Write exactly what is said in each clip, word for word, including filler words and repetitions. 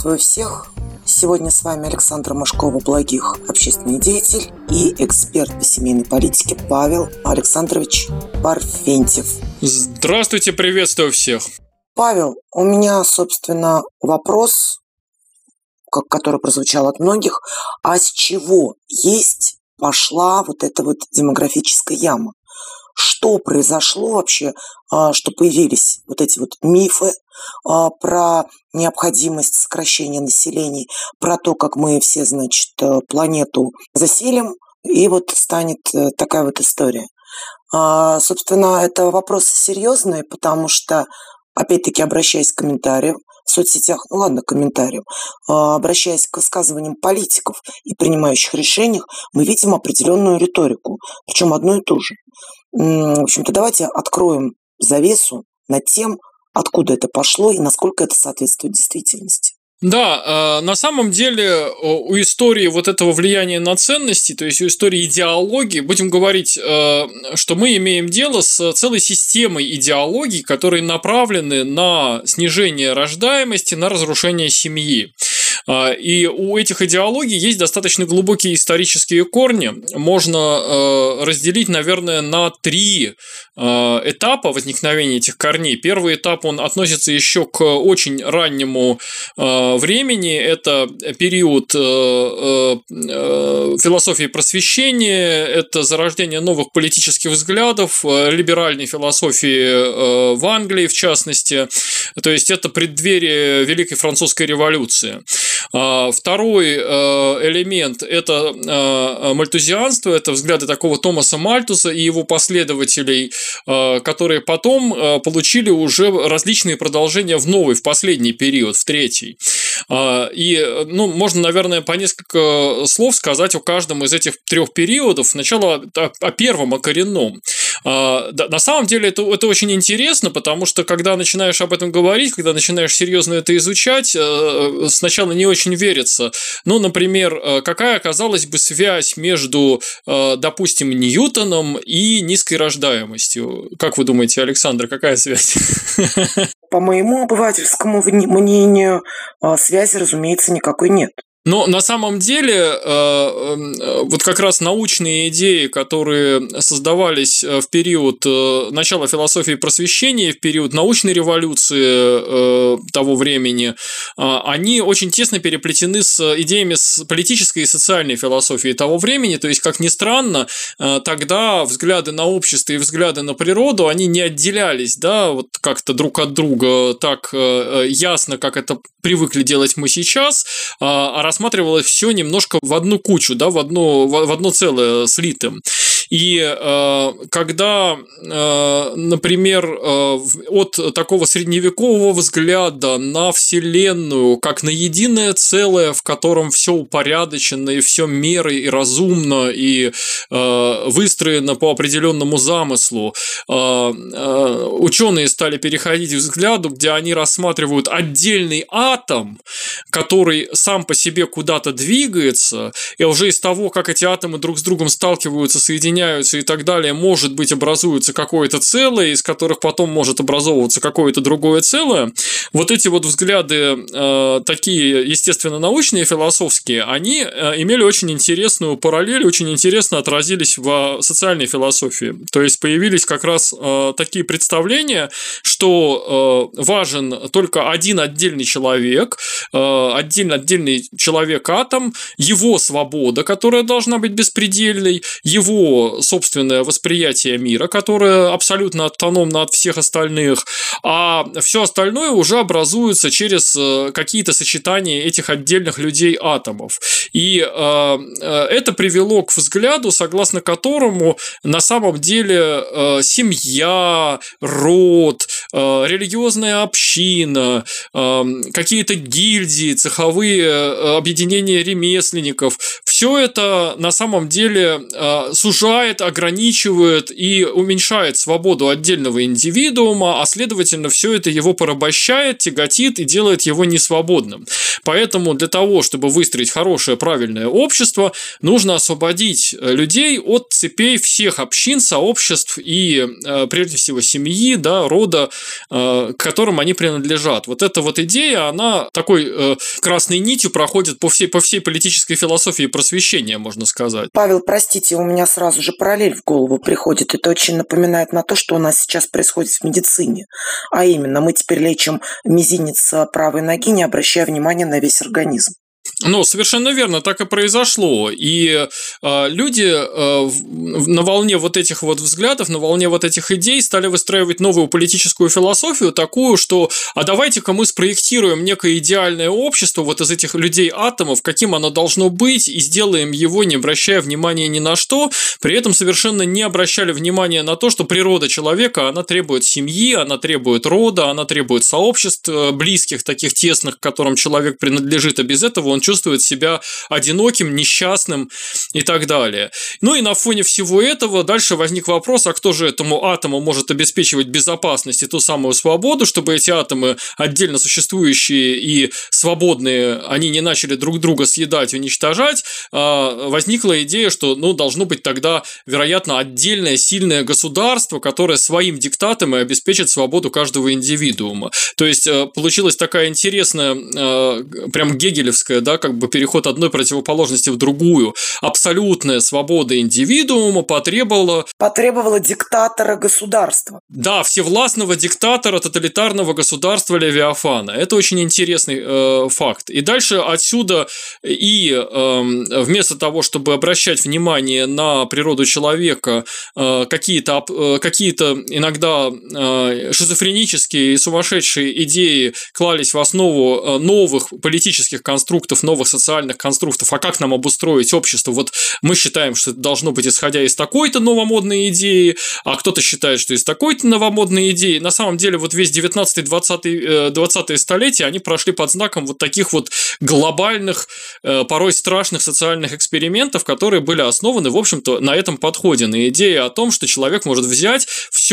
Приветствую всех! Сегодня с вами Александра Мошкова-Благих, общественный деятель и эксперт по семейной политике Павел Александрович Парфентьев. Здравствуйте, приветствую всех! Павел, у меня, собственно, вопрос, который прозвучал от многих. А с чего есть пошла вот эта вот демографическая яма? Что произошло вообще, что появились вот эти вот мифы про необходимость сокращения населения, про то, как мы все, значит, планету заселим, и вот станет такая вот история. Собственно, это вопросы серьезные, потому что, опять-таки, обращаясь к комментариям в соцсетях, ну ладно, комментариям, обращаясь к высказываниям политиков и принимающих решениях, мы видим определенную риторику, причем одну и ту же. В общем-то, давайте откроем завесу над тем, откуда это пошло и насколько это соответствует действительности. Да, на самом деле у истории вот этого влияния на ценности, то есть у истории идеологии, будем говорить, что мы имеем дело с целой системой идеологий, которые направлены на снижение рождаемости, на разрушение семьи. И у этих идеологий есть достаточно глубокие исторические корни. Можно разделить, наверное, на три этапа возникновения этих корней. Первый этап, он относится еще к очень раннему времени. Это период философии просвещения, это зарождение новых политических взглядов, либеральной философии в Англии, в частности. То есть это преддверие Великой Французской революции. Второй элемент – это мальтузианство, это взгляды такого Томаса Мальтуса и его последователей, которые потом получили уже различные продолжения в новый, в последний период, в третий. И, ну, можно, наверное, по несколько слов сказать о каждом из этих трех периодов. Сначала о первом, о коренном. На самом деле это, это очень интересно, потому что когда начинаешь об этом говорить, когда начинаешь серьезно это изучать, сначала не очень верится. Ну, например, какая оказалась бы связь между, допустим, Ньютоном и низкой рождаемостью? Как вы думаете, Александр, какая связь? По моему обывательскому мнению, связи, разумеется, никакой нет. Но на самом деле вот как раз научные идеи, которые создавались в период начала философии просвещения, в период научной революции того времени, они очень тесно переплетены с идеями политической и социальной философии того времени. То есть, как ни странно, тогда взгляды на общество и взгляды на природу, они не отделялись, да, вот как-то друг от друга так ясно, как это привыкли делать мы сейчас, а рассматривалось все немножко в одну кучу, да, в одно, в одно целое слитым. И э, когда, э, например, э, от такого средневекового взгляда на Вселенную, как на единое целое, в котором все упорядочено, и все меры, и разумно, и э, выстроено по определенному замыслу, э, э, ученые стали переходить к взгляду, где они рассматривают отдельный атом, который сам по себе куда-то двигается, и уже из того, как эти атомы друг с другом сталкиваются, соединяются и так далее, может быть, образуется какое-то целое, из которых потом может образовываться какое-то другое целое. Вот эти вот взгляды, э, такие, естественно, научные, философские, они э, имели очень интересную параллель, очень интересно отразились в социальной философии. То есть появились как раз э, такие представления, что э, важен только один отдельный человек, э, отдельный, отдельный человек-атом, его свобода, которая должна быть беспредельной, его собственное восприятие мира, которое абсолютно автономно от всех остальных, а все остальное уже образуется через какие-то сочетания этих отдельных людей-атомов. И э, это привело к взгляду, согласно которому на самом деле э, семья, род, э, религиозная община, э, какие-то гильдии, цеховые э, объединения ремесленников, все это на самом деле э, сужает, ограничивает и уменьшает свободу отдельного индивидуума, а следовательно, все это его порабощает, тяготит и делает его несвободным. Поэтому для того, чтобы выстроить хорошее, правильное общество, нужно освободить людей от цепей всех общин, сообществ и, прежде всего, семьи, да, рода, к которым они принадлежат. Вот эта вот идея, она такой красной нитью проходит по всей, по всей политической философии просвещения, можно сказать. Павел, простите, у меня сразу же параллель в голову приходит. Это очень напоминает на то, что у нас сейчас происходит в медицине. А именно, мы теперь лечим мизинец правой ноги, не обращая внимания на весь организм. Ну, совершенно верно, так и произошло. И э, люди э, на волне вот этих вот взглядов, на волне вот этих идей стали выстраивать новую политическую философию, такую, что а давайте-ка мы спроектируем некое идеальное общество вот из этих людей-атомов, каким оно должно быть, и сделаем его, не обращая внимания ни на что, при этом совершенно не обращали внимания на то, что природа человека, она требует семьи, она требует рода, она требует сообществ близких, таких тесных, к которым человек принадлежит, а без этого он чувствует себя одиноким, несчастным и так далее. Ну и на фоне всего этого дальше возник вопрос, а кто же этому атому может обеспечивать безопасность и ту самую свободу, чтобы эти атомы, отдельно существующие и свободные, они не начали друг друга съедать, уничтожать. Возникла идея, что ну, должно быть тогда, вероятно, отдельное сильное государство, которое своим диктатом и обеспечит свободу каждого индивидуума. То есть получилась такая интересная, прям гегелевская, да, как бы переход одной противоположности в другую. Абсолютная свобода индивидуума потребовала... Потребовала диктатора государства. Да, всевластного диктатора тоталитарного государства Левиафана. Это очень интересный э, факт. И дальше отсюда и э, вместо того, чтобы обращать внимание на природу человека, э, какие-то, э, какие-то иногда э, шизофренические и сумасшедшие идеи клались в основу новых политических конструктов, новых социальных конструктов, а как нам обустроить общество? Вот мы считаем, что это должно быть исходя из такой-то новомодной идеи, а кто-то считает, что из такой-то новомодной идеи. На самом деле, вот весь девятнадцатое двадцатое столетие, они прошли под знаком вот таких вот глобальных, порой страшных социальных экспериментов, которые были основаны, в общем-то, на этом подходе, на идее о том, что человек может взять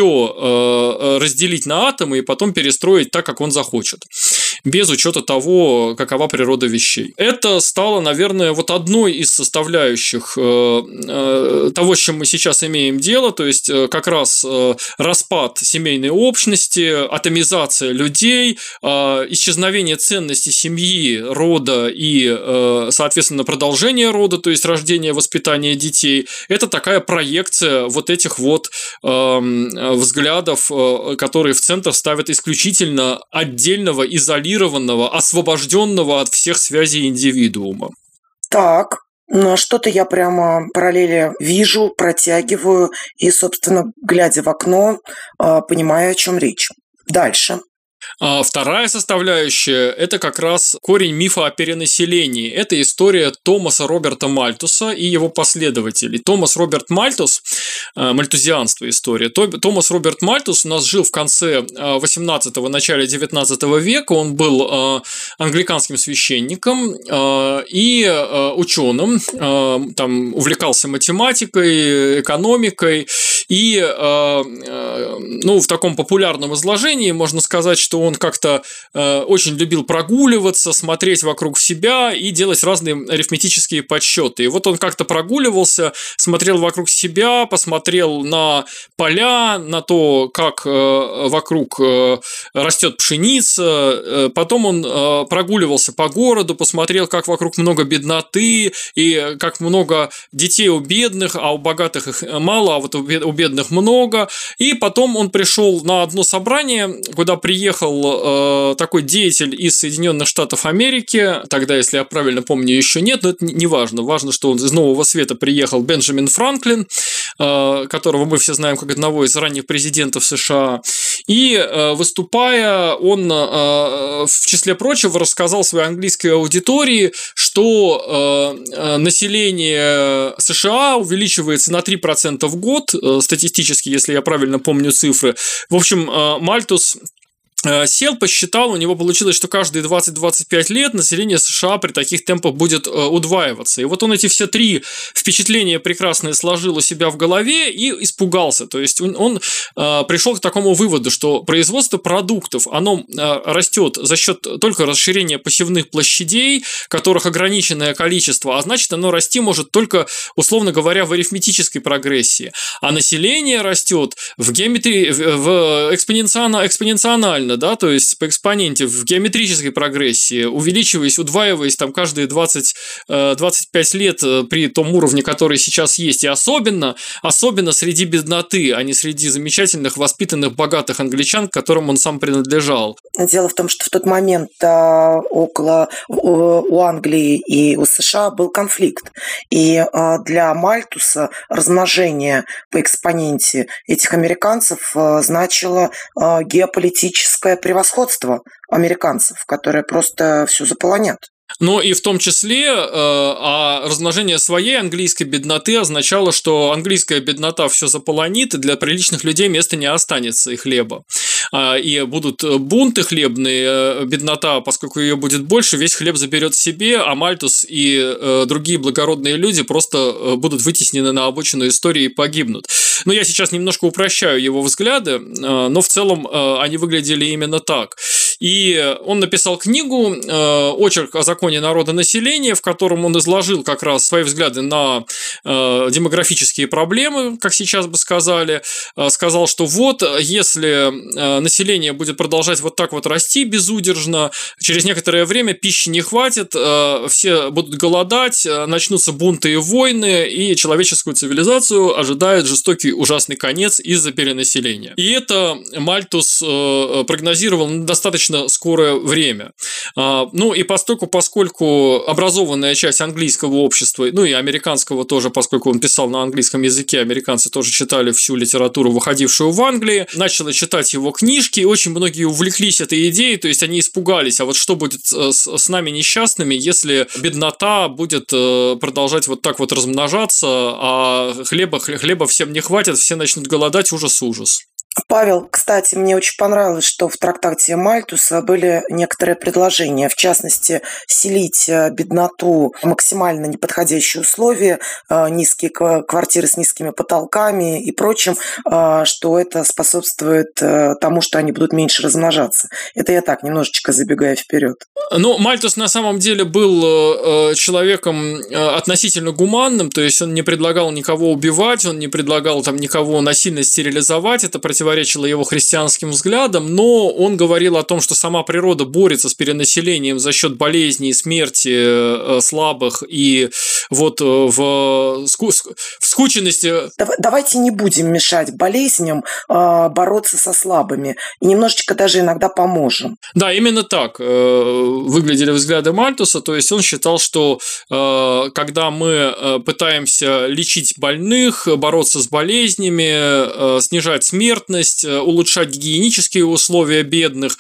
все, разделить на атомы и потом перестроить так, как он захочет, без учета того, какова природа вещей. Это стало, наверное, вот одной из составляющих э, э, того, с чем мы сейчас имеем дело, то есть э, как раз э, распад семейной общности, атомизация людей, э, исчезновение ценностей семьи, рода и, э, соответственно, продолжение рода, то есть рождение, воспитание детей. Это такая проекция вот этих вот э, взглядов, э, которые в центр ставят исключительно отдельного, изолированного, освобожденного от всех связей индивидуума. Так, ну что-то я прямо параллели вижу, протягиваю и, собственно, глядя в окно, понимаю, о чем речь. Дальше. А вторая составляющая – это как раз корень мифа о перенаселении. Это история Томаса Роберта Мальтуса и его последователей. Томас Роберт Мальтус, мальтузианство история. Томас Роберт Мальтус у нас жил в конце восемнадцатого, начале девятнадцатого века. Он был англиканским священником и ученым. Там увлекался математикой, экономикой. И ну, в таком популярном изложении можно сказать, что он как-то э, очень любил прогуливаться, смотреть вокруг себя и делать разные арифметические подсчеты. И вот он как-то прогуливался, смотрел вокруг себя, посмотрел на поля, на то, как э, вокруг э, растет пшеница. Э, потом он э, прогуливался по городу, посмотрел, как вокруг много бедноты и как много детей у бедных, а у богатых их мало, а вот у бедных много. И потом он пришел на одно собрание, куда приехал э, такой деятель из Соединенных Штатов Америки, тогда, если я правильно помню, еще нет, но это не важно, важно, что он из Нового Света приехал, Бенджамин Франклин, э, которого мы все знаем как одного из ранних президентов США, и э, выступая, он э, в числе прочего рассказал своей английской аудитории, что э, население США увеличивается на три процента в год, э, статистически, если я правильно помню цифры. В общем, э, Мальтус сел, посчитал, у него получилось, что каждые двадцать-двадцать пять лет население США при таких темпах будет удваиваться. И вот он эти все три впечатления прекрасные сложил у себя в голове и испугался. То есть он, он пришел к такому выводу, что производство продуктов, оно растет за счет только расширения посевных площадей, которых ограниченное количество, а значит, оно расти может только, условно говоря, в арифметической прогрессии. А население растет в геометрии, в экспоненциально, экспоненционально, да, то есть по экспоненте в геометрической прогрессии, увеличиваясь, удваиваясь там каждые двадцать-двадцать пять лет при том уровне, который сейчас есть, и особенно, особенно среди бедноты, а не среди замечательных, воспитанных, богатых англичан, к которым он сам принадлежал. Дело в том, что в тот момент а, около у, у Англии и у США был конфликт, и а, для Мальтуса размножение по экспоненте этих американцев а, значило а, геополитическое превосходство американцев, которые просто все заполонят. Но и в том числе э, а размножение своей английской бедноты означало, что английская беднота все заполонит, и для приличных людей места не останется и хлеба. А, и будут бунты хлебные, беднота, поскольку ее будет больше, весь хлеб заберет себе, а Мальтус и э, другие благородные люди просто будут вытеснены на обочину истории и погибнут. Но я сейчас немножко упрощаю его взгляды, э, но в целом э, они выглядели именно так. И он написал книгу э, «Очерк о законе народонаселения», в котором он изложил как раз свои взгляды на э, демографические проблемы, как сейчас бы сказали. Э, сказал, что вот, если э, население будет продолжать вот так вот расти безудержно, через некоторое время пищи не хватит, э, все будут голодать, э, начнутся бунты и войны, и человеческую цивилизацию ожидает жестокий ужасный конец из-за перенаселения. И это Мальтус э, прогнозировал достаточно скорое время. Ну и поскольку, поскольку образованная часть английского общества, ну и американского тоже, поскольку он писал на английском языке, американцы тоже читали всю литературу, выходившую в Англии, начали читать его книжки, и очень многие увлеклись этой идеей, то есть они испугались, а вот что будет с, с нами несчастными, если беднота будет продолжать вот так вот размножаться, а хлеба, хлеба всем не хватит, все начнут голодать, ужас-ужас. Павел, кстати, мне очень понравилось, что в трактате Мальтуса были некоторые предложения, в частности, селить бедноту в максимально неподходящие условия, низкие квартиры с низкими потолками и прочим, что это способствует тому, что они будут меньше размножаться. Это я так, немножечко забегая вперед. Ну, Мальтус на самом деле был человеком относительно гуманным, то есть он не предлагал никого убивать, он не предлагал там никого насильно стерилизовать, это против противоречило его христианским взглядам, но он говорил о том, что сама природа борется с перенаселением за счет болезней, смерти слабых и вот в, ску... в скученности. Давайте не будем мешать болезням бороться со слабыми и немножечко даже иногда поможем. Да, именно так выглядели взгляды Мальтуса, то есть он считал, что когда мы пытаемся лечить больных, бороться с болезнями, снижать смертность, улучшать гигиенические условия бедных,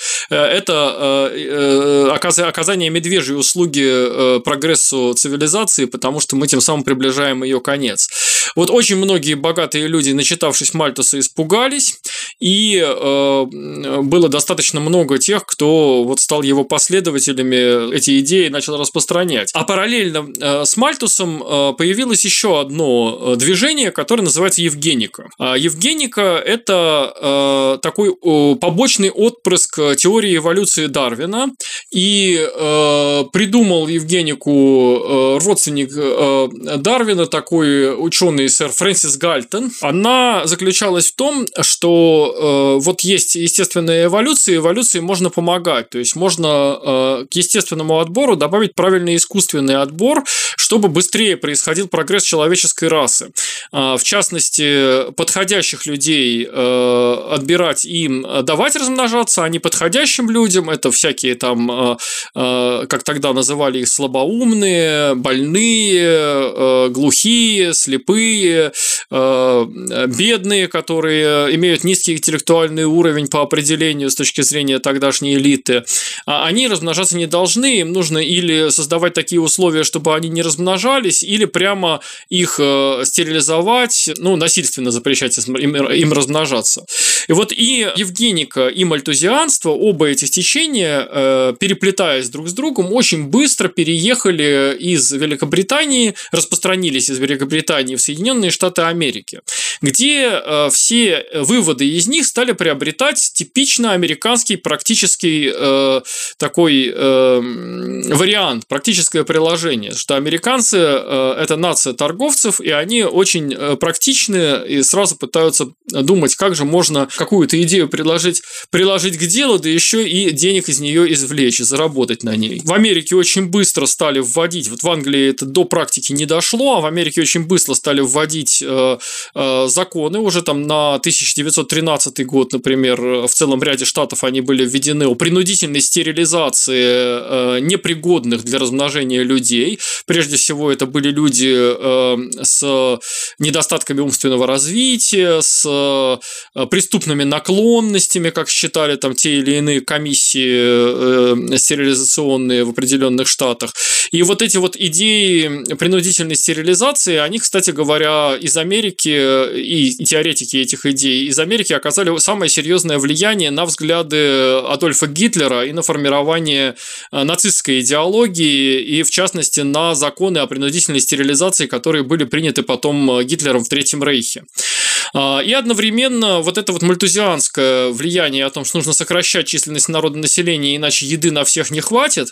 это оказание медвежьей услуги прогрессу цивилизации, потому что мы тем самым приближаем ее конец. Вот очень многие богатые люди, начитавшись Мальтуса, испугались, и было достаточно много тех, кто вот стал его последователями, эти идеи начал распространять. А параллельно с Мальтусом появилось еще одно движение, которое называется Евгеника. Евгеника – это такой побочный отпрыск теории эволюции Дарвина, и придумал Евгенику родственник Дарвина, такой ученый сэр Фрэнсис Гальтон. Она заключалась в том, что вот есть естественная эволюция, эволюции можно помогать, то есть можно к естественному отбору добавить правильный искусственный отбор, чтобы быстрее происходил прогресс человеческой расы. В частности, подходящих людей отбирать им, давать размножаться, а неподходящим людям, это всякие там, как тогда называли их, слабоумные, больные, глухие, слепые, бедные, которые имеют низкий интеллектуальный уровень по определению с точки зрения тогдашней элиты, они размножаться не должны, им нужно или создавать такие условия, чтобы они не размножались, или прямо их стерилизовать, ну, насильственно запрещать им, им размножаться. И вот и евгеника, и мальтузианство, оба этих течения, переплетаясь друг с другом, очень быстро переехали из Великобритании, распространились из Великобритании в Соединенные Штаты Америки, где все выводы из них стали приобретать типично американский практический такой вариант, практическое приложение, что американцы – это нация торговцев, и они очень практичны и сразу пытаются думать, как же можно какую-то идею предложить, приложить к делу, да еще и денег из нее извлечь и заработать на ней. В Америке очень быстро стали вводить, вот в Англии это до практики не дошло, а в Америке очень быстро стали вводить э, э, законы, уже там на тысяча девятьсот тринадцатый год, например, в целом ряде штатов они были введены о принудительной стерилизации э, непригодных для размножения людей. Прежде всего, это были люди э, с недостатками умственного развития, с э, преступными наклонностями, как считали там те или иные комиссии э, стерилизационные в определенных штатах. И вот эти вот идеи принудительной стерилизации, они, кстати говоря, из Америки и теоретики этих идей из Америки оказали самое серьезное влияние на взгляды Адольфа Гитлера и на формирование нацистской идеологии, и в частности на законы о принудительной стерилизации, которые были приняты потом Гитлером в Третьем Рейхе. И одновременно вот это вот мальтузианское влияние о том, что нужно сокращать численность народонаселения, иначе еды на всех не хватит,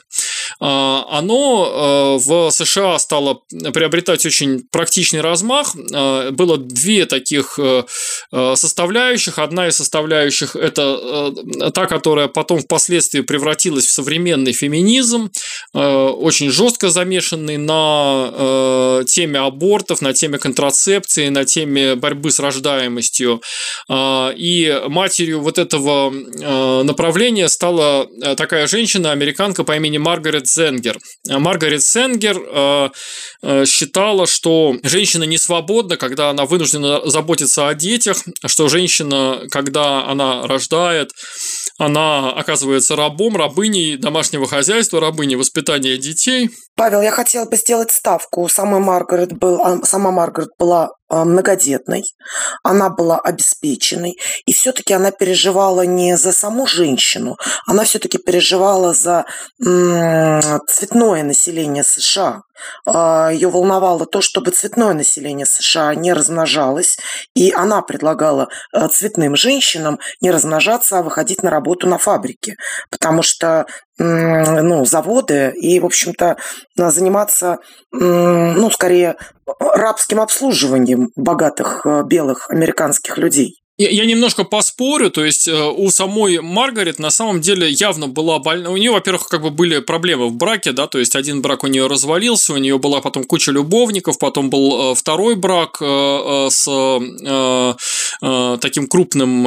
оно в США стало приобретать очень практичный размах. Было две таких составляющих. Одна из составляющих – это та, которая потом впоследствии превратилась в современный феминизм, очень жестко замешанный на теме абортов, на теме контрацепции, на теме борьбы с рождаемостью. И матерью вот этого направления стала такая женщина, американка по имени Маргарет Сенгер. Маргарет Сенгер считала, что женщина не свободна, когда она вынуждена заботиться о детях, что женщина, когда она рождает, она оказывается рабом, рабыней домашнего хозяйства, рабыней воспитания детей. Павел, я хотела бы сделать ставку. Сама Маргарет, был, сама Маргарет была многодетной, она была обеспеченной, и все-таки она переживала не за саму женщину, она все-таки переживала за м- цветное население США. Ее волновало то, чтобы цветное население США не размножалось, и она предлагала цветным женщинам не размножаться, а выходить на работу на фабрике, потому что ну, заводы и, в общем-то, заниматься, ну, скорее, рабским обслуживанием богатых белых американских людей. Я немножко поспорю, то есть у самой Маргарет на самом деле явно была больна. У нее, во-первых, как бы были проблемы в браке, да, то есть один брак у нее развалился, у нее была потом куча любовников, потом был второй брак с таким крупным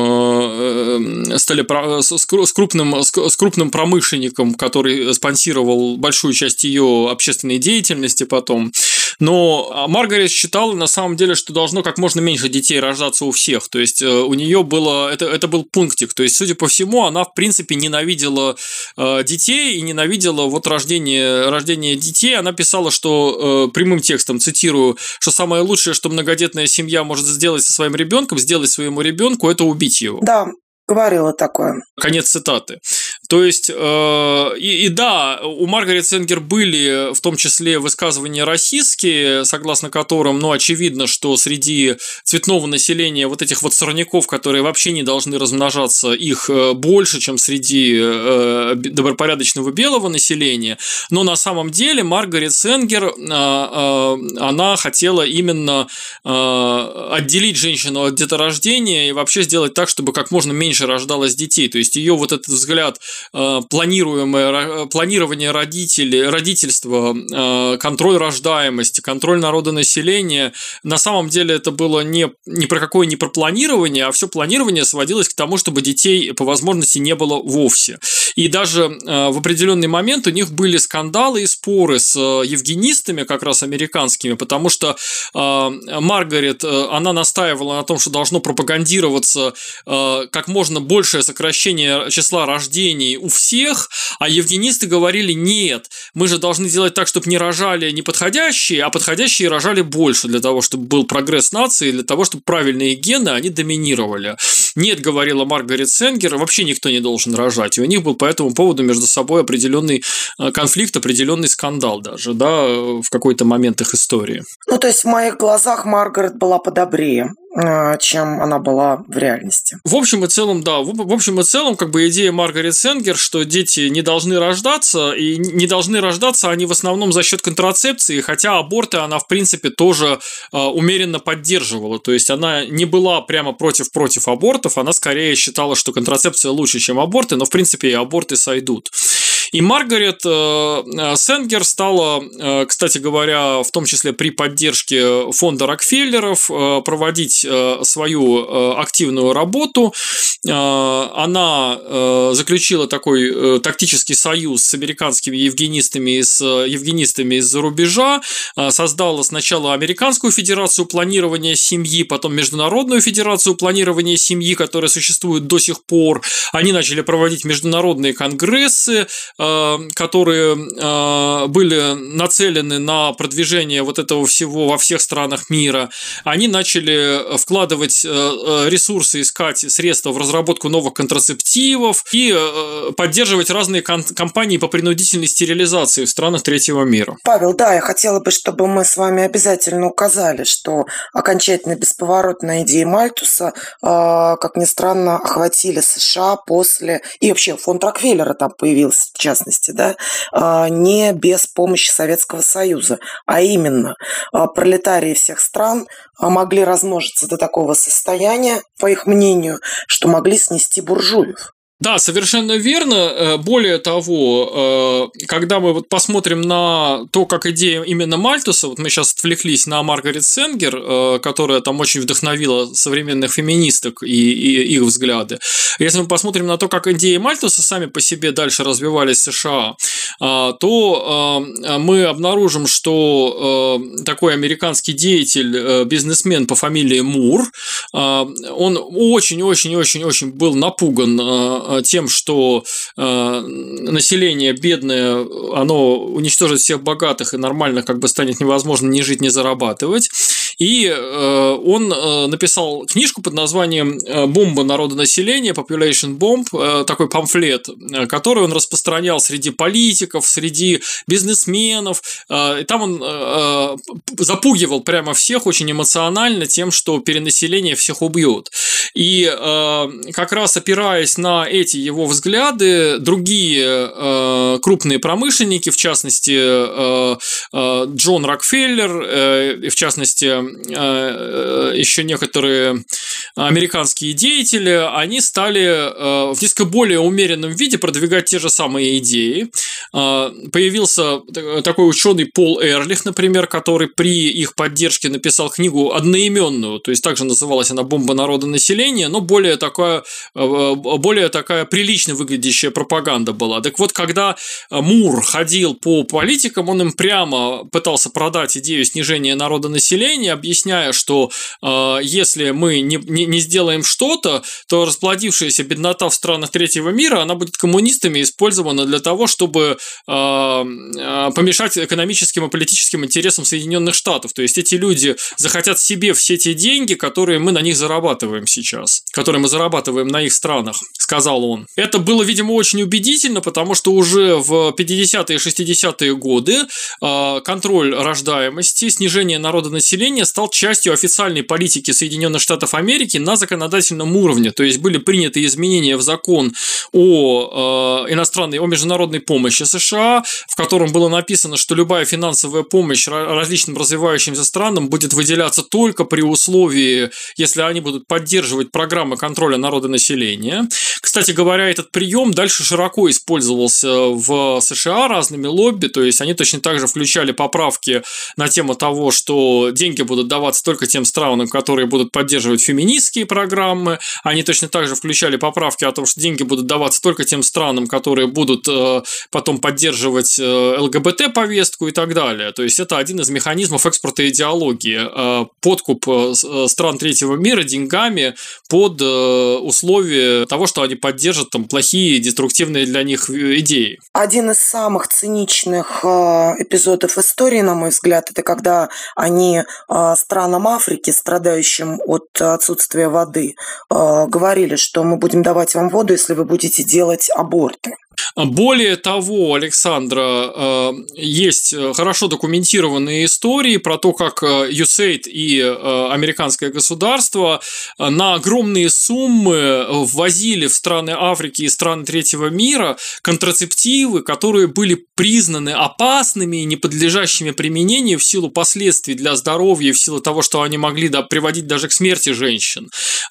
с крупным с крупным промышленником, который спонсировал большую часть ее общественной деятельности потом. Но Маргарет считала на самом деле, что должно как можно меньше детей рождаться у всех. То есть у нее было это, это был пунктик. То есть, судя по всему, она в принципе ненавидела э, детей и ненавидела вот рождение, рождение детей. Она писала, что э, прямым текстом, цитирую, что самое лучшее, что многодетная семья может сделать со своим ребенком, сделать своему ребенку, это убить его. Да. Говорила такое. Конец цитаты. То есть, э, и, и да, у Маргарет Сенгер были в том числе высказывания расистские, согласно которым, ну, очевидно, что среди цветного населения вот этих вот сорняков, которые вообще не должны размножаться, их больше, чем среди э, добропорядочного белого населения. Но на самом деле Маргарет Сенгер, э, э, она хотела именно э, отделить женщину от деторождения и вообще сделать так, чтобы как можно меньше рождалось детей. То есть ее вот этот взгляд планируемое планирование родителей, родительства, контроль рождаемости, контроль народонаселения, на самом деле это было не, ни про какое не про планирование, а все планирование сводилось к тому, чтобы детей по возможности не было вовсе. И даже в определенный момент у них были скандалы и споры с евгенистами, как раз американскими, потому что Маргарет, она настаивала на том, что должно пропагандироваться как можно большее сокращение числа рождений у всех, а евгенисты говорили: нет, мы же должны делать так, чтобы не рожали неподходящие, а подходящие рожали больше, для того, чтобы был прогресс нации, для того, чтобы правильные гены, они доминировали. Нет, говорила Маргарет Сенгер, вообще никто не должен рожать. И у них был по этому поводу между собой определенный конфликт, определенный скандал даже, да, в какой-то момент их истории. Ну, то есть в моих глазах Маргарет была подобрее, чем она была в реальности. В общем и целом, да, в общем и целом, как бы идея Маргарет Сенгер, что дети не должны рождаться, и не должны рождаться они в основном за счет контрацепции, хотя аборты она, в принципе, тоже э, умеренно поддерживала, то есть она не была прямо против-против абортов, она скорее считала, что контрацепция лучше, чем аборты, но, в принципе, и аборты сойдут. И Маргарет э, Сенгер стала, э, кстати говоря, в том числе при поддержке фонда Рокфеллеров, э, проводить э, свою э, активную работу. Э, она э, заключила такой э, тактический союз с американскими евгенистами, и с евгенистами из-за рубежа, э, создала сначала Американскую федерацию планирования семьи, потом Международную федерацию планирования семьи, которая существует до сих пор. Они начали проводить международные конгрессы, которые были нацелены на продвижение вот этого всего во всех странах мира. Они начали вкладывать ресурсы, искать средства в разработку новых контрацептивов и поддерживать разные кампании по принудительной стерилизации в странах третьего мира. Павел, да, я хотела бы, чтобы мы с вами обязательно указали, что окончательно бесповоротные идеи Мальтуса, как ни странно, охватили США после... И вообще фонд Рокфеллера там появился, в частности, да, не без помощи Советского Союза, а именно пролетарии всех стран могли размножиться до такого состояния, по их мнению, что могли снести буржуев. Да, совершенно верно. Более того, когда мы вот посмотрим на то, как идея именно Мальтуса, вот мы сейчас отвлеклись на Маргарет Сенгер, которая там очень вдохновила современных феминисток и, и их взгляды. Если мы посмотрим на то, как идеи Мальтуса сами по себе дальше развивались в США, то мы обнаружим, что такой американский деятель, бизнесмен по фамилии Мур, он очень-очень-очень-очень был напуган тем, что э, население бедное, оно уничтожит всех богатых и нормально как бы станет невозможно ни жить, ни зарабатывать. И э, он э, написал книжку под названием «Бомба народонаселения», «Population Bomb», э, такой памфлет, э, который он распространял среди политиков, среди бизнесменов. Э, и там он э, запугивал прямо всех очень эмоционально тем, что перенаселение всех убьет. И э, как раз опираясь на эти его взгляды, другие э, крупные промышленники, в частности э, э, Джон Рокфеллер, э, в частности э, э, еще некоторые американские деятели, они стали э, в несколько более умеренном виде продвигать те же самые идеи. Э, появился такой ученый Пол Эрлих, например, который при их поддержке написал книгу одноименную, то есть также называлась она «Бомба народонаселения», но более такая, более такая прилично выглядящая пропаганда была. Так вот, когда Мур ходил по политикам, он им прямо пытался продать идею снижения народонаселения, объясняя, что э, если мы не, не, не сделаем что-то, то расплодившаяся беднота в странах третьего мира, она будет коммунистами использована для того, чтобы э, э, помешать экономическим и политическим интересам Соединенных Штатов. То есть эти люди захотят себе все те деньги, которые мы на них зарабатываем сейчас, которые мы зарабатываем на их странах, сказал он. Это было, видимо, очень убедительно, потому что уже в пятидесятые и шестидесятые годы контроль рождаемости, снижение народонаселения стал частью официальной политики Соединенных Штатов Америки на законодательном уровне. То есть были приняты изменения в закон о иностранной, о международной помощи США, в котором было написано, что любая финансовая помощь различным развивающимся странам будет выделяться только при условии, если они будут поддерживать программы контроля народонаселения. Кстати говоря, этот прием дальше широко использовался в США разными лобби, то есть они точно так же включали поправки на тему того, что деньги будут даваться только тем странам, которые будут поддерживать феминистские программы, они точно так же включали поправки о том, что деньги будут даваться только тем странам, которые будут потом потом поддерживать ЛГБТ-повестку и так далее. То есть это один из механизмов экспорта идеологии. Подкуп стран третьего мира деньгами под условие того, что они поддержат там плохие, деструктивные для них идеи. Один из самых циничных эпизодов истории, на мой взгляд, это когда они странам Африки, страдающим от отсутствия воды, говорили, что мы будем давать вам воду, если вы будете делать аборты. Более того, Александра, есть хорошо документированные истории про то, как ю эс эй ай ди и американское государство на огромные суммы ввозили в страны Африки и страны третьего мира контрацептивы, которые были признаны опасными и не подлежащими применению в силу последствий для здоровья, в силу того, что они могли да, приводить даже к смерти женщин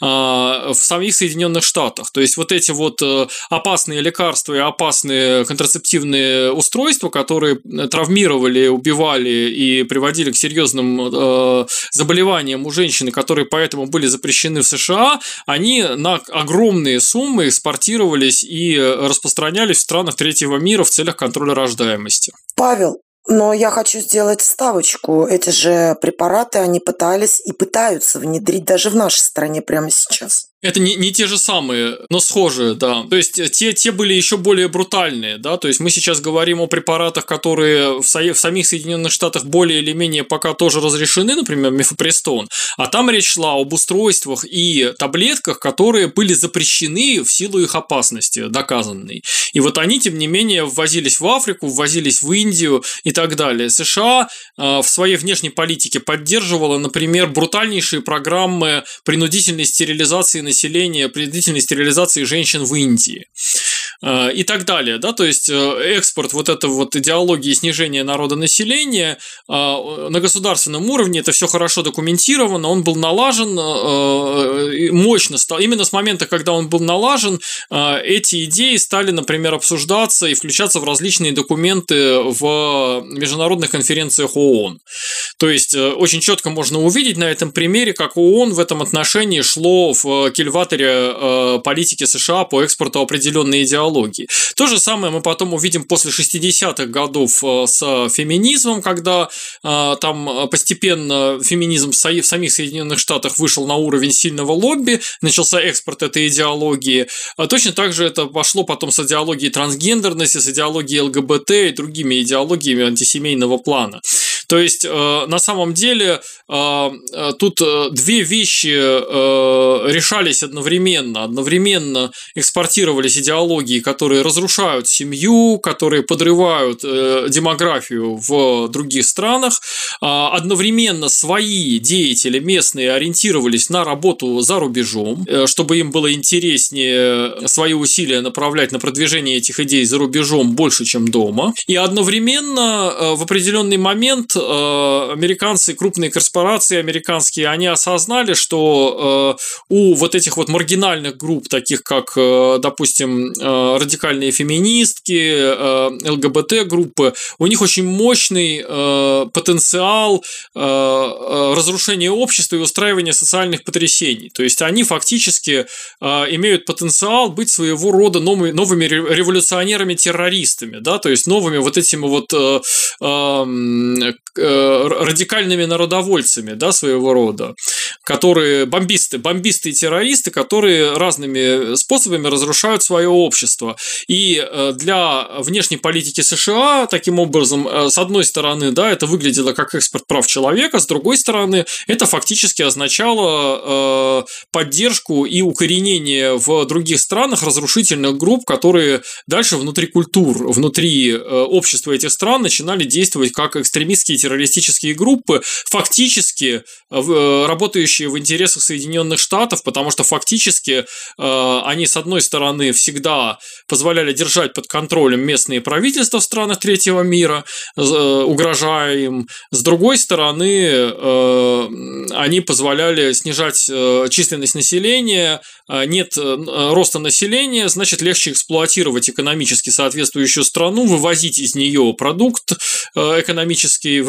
в самих Соединенных Штатах. То есть вот эти вот опасные лекарства и опасные контрацептивные устройства, которые травмировали, убивали и приводили к серьезным э, заболеваниям у женщин, которые поэтому были запрещены в США, они на огромные суммы экспортировались и распространялись в странах третьего мира в целях контроля рождаемости. Павел, но я хочу сделать вставочку. Эти же препараты они пытались и пытаются внедрить даже в нашей стране прямо сейчас. Это не, не те же самые, но схожие, да. То есть те, те были еще более брутальные, да. То есть мы сейчас говорим о препаратах, которые в, со, в самих Соединенных Штатах более или менее пока тоже разрешены, например, мифепрестон. А там речь шла об устройствах и таблетках, которые были запрещены в силу их опасности доказанной. И вот они, тем не менее, ввозились в Африку, ввозились в Индию и так далее. США э, в своей внешней политике поддерживала, например, брутальнейшие программы принудительной стерилизации населения, принудительной стерилизации женщин в Индии и так далее, да, то есть экспорт вот этой вот идеологии снижения народонаселения на государственном уровне, это все хорошо документировано, он был налажен мощно, стал, именно с момента, когда он был налажен, эти идеи стали, например, обсуждаться и включаться в различные документы в международных конференциях ООН. То есть очень четко можно увидеть на этом примере, как ООН в этом отношении шло в кильваторе политики США по экспорту определенной идеологии. То же самое мы потом увидим после шестидесятых годов с феминизмом, когда там постепенно феминизм в самих Соединенных Штатах вышел на уровень сильного лобби, начался экспорт этой идеологии. Точно так же это пошло потом с идеологией трансгендерности, с идеологией ЛГБТ и другими идеологиями антисемейного плана. То есть, на самом деле, тут две вещи решались одновременно. Одновременно экспортировались идеологии, которые разрушают семью, которые подрывают демографию в других странах. Одновременно свои деятели местные ориентировались на работу за рубежом, чтобы им было интереснее свои усилия направлять на продвижение этих идей за рубежом больше, чем дома. И одновременно в определенный момент американцы, крупные корпорации американские, они осознали, что у вот этих вот маргинальных групп, таких как, допустим, радикальные феминистки, ЛГБТ-группы, у них очень мощный потенциал разрушения общества и устраивания социальных потрясений. То есть они фактически имеют потенциал быть своего рода новыми, новыми революционерами-террористами, да, то есть новыми вот этими вот радикальными народовольцами, да, своего рода, которые бомбисты, бомбисты и террористы, которые разными способами разрушают свое общество. И для внешней политики США таким образом, с одной стороны, да, это выглядело как экспорт прав человека, с другой стороны, это фактически означало поддержку и укоренение в других странах разрушительных групп, которые дальше внутри культур, внутри общества этих стран начинали действовать как экстремистские террористические группы, фактически работающие в интересах Соединенных Штатов, потому что фактически они, с одной стороны, всегда позволяли держать под контролем местные правительства в странах третьего мира, угрожая им, с другой стороны, они позволяли снижать численность населения, нет роста населения, значит, легче эксплуатировать экономически соответствующую страну, вывозить из нее продукт экономический,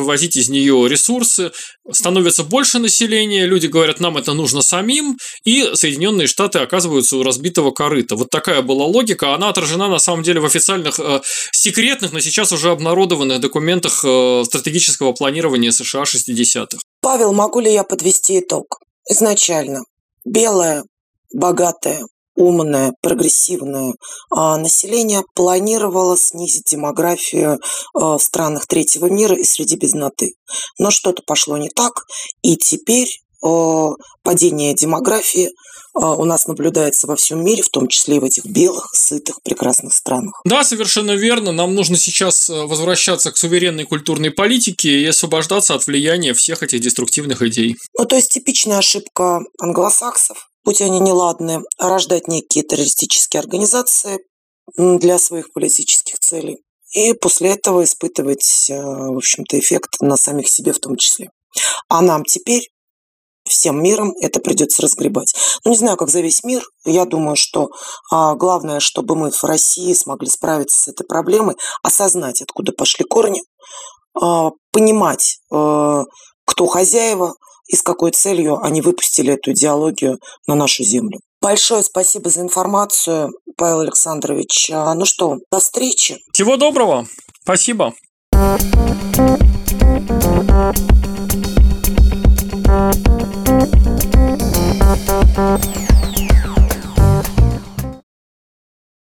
вывозить из нее ресурсы. Становится больше населения, люди говорят, нам это нужно самим, и Соединенные Штаты оказываются у разбитого корыта. Вот такая была логика. Она отражена на самом деле в официальных э, секретных, но сейчас уже обнародованных документах э, стратегического планирования США шестидесятых. Павел, могу ли я подвести итог? Изначально белое, богатое, умное, прогрессивное а, население планировало снизить демографию а, в странах третьего мира и среди бедноты. Но что-то пошло не так, и теперь а, падение демографии а, у нас наблюдается во всем мире, в том числе и в этих белых, сытых, прекрасных странах. Да, совершенно верно. Нам нужно сейчас возвращаться к суверенной культурной политике и освобождаться от влияния всех этих деструктивных идей. Ну, то есть типичная ошибка англосаксов, будь они неладны, рождать некие террористические организации для своих политических целей. И после этого испытывать, в общем-то, эффект на самих себе в том числе. А нам теперь всем миром это придется разгребать. Ну, не знаю, как за весь мир. Я думаю, что а, главное, чтобы мы в России смогли справиться с этой проблемой, осознать, откуда пошли корни, а, понимать, а, кто хозяева и с какой целью они выпустили эту идеологию на нашу землю. Большое спасибо за информацию, Павел Александрович. А, ну что, до встречи. Всего доброго. Спасибо.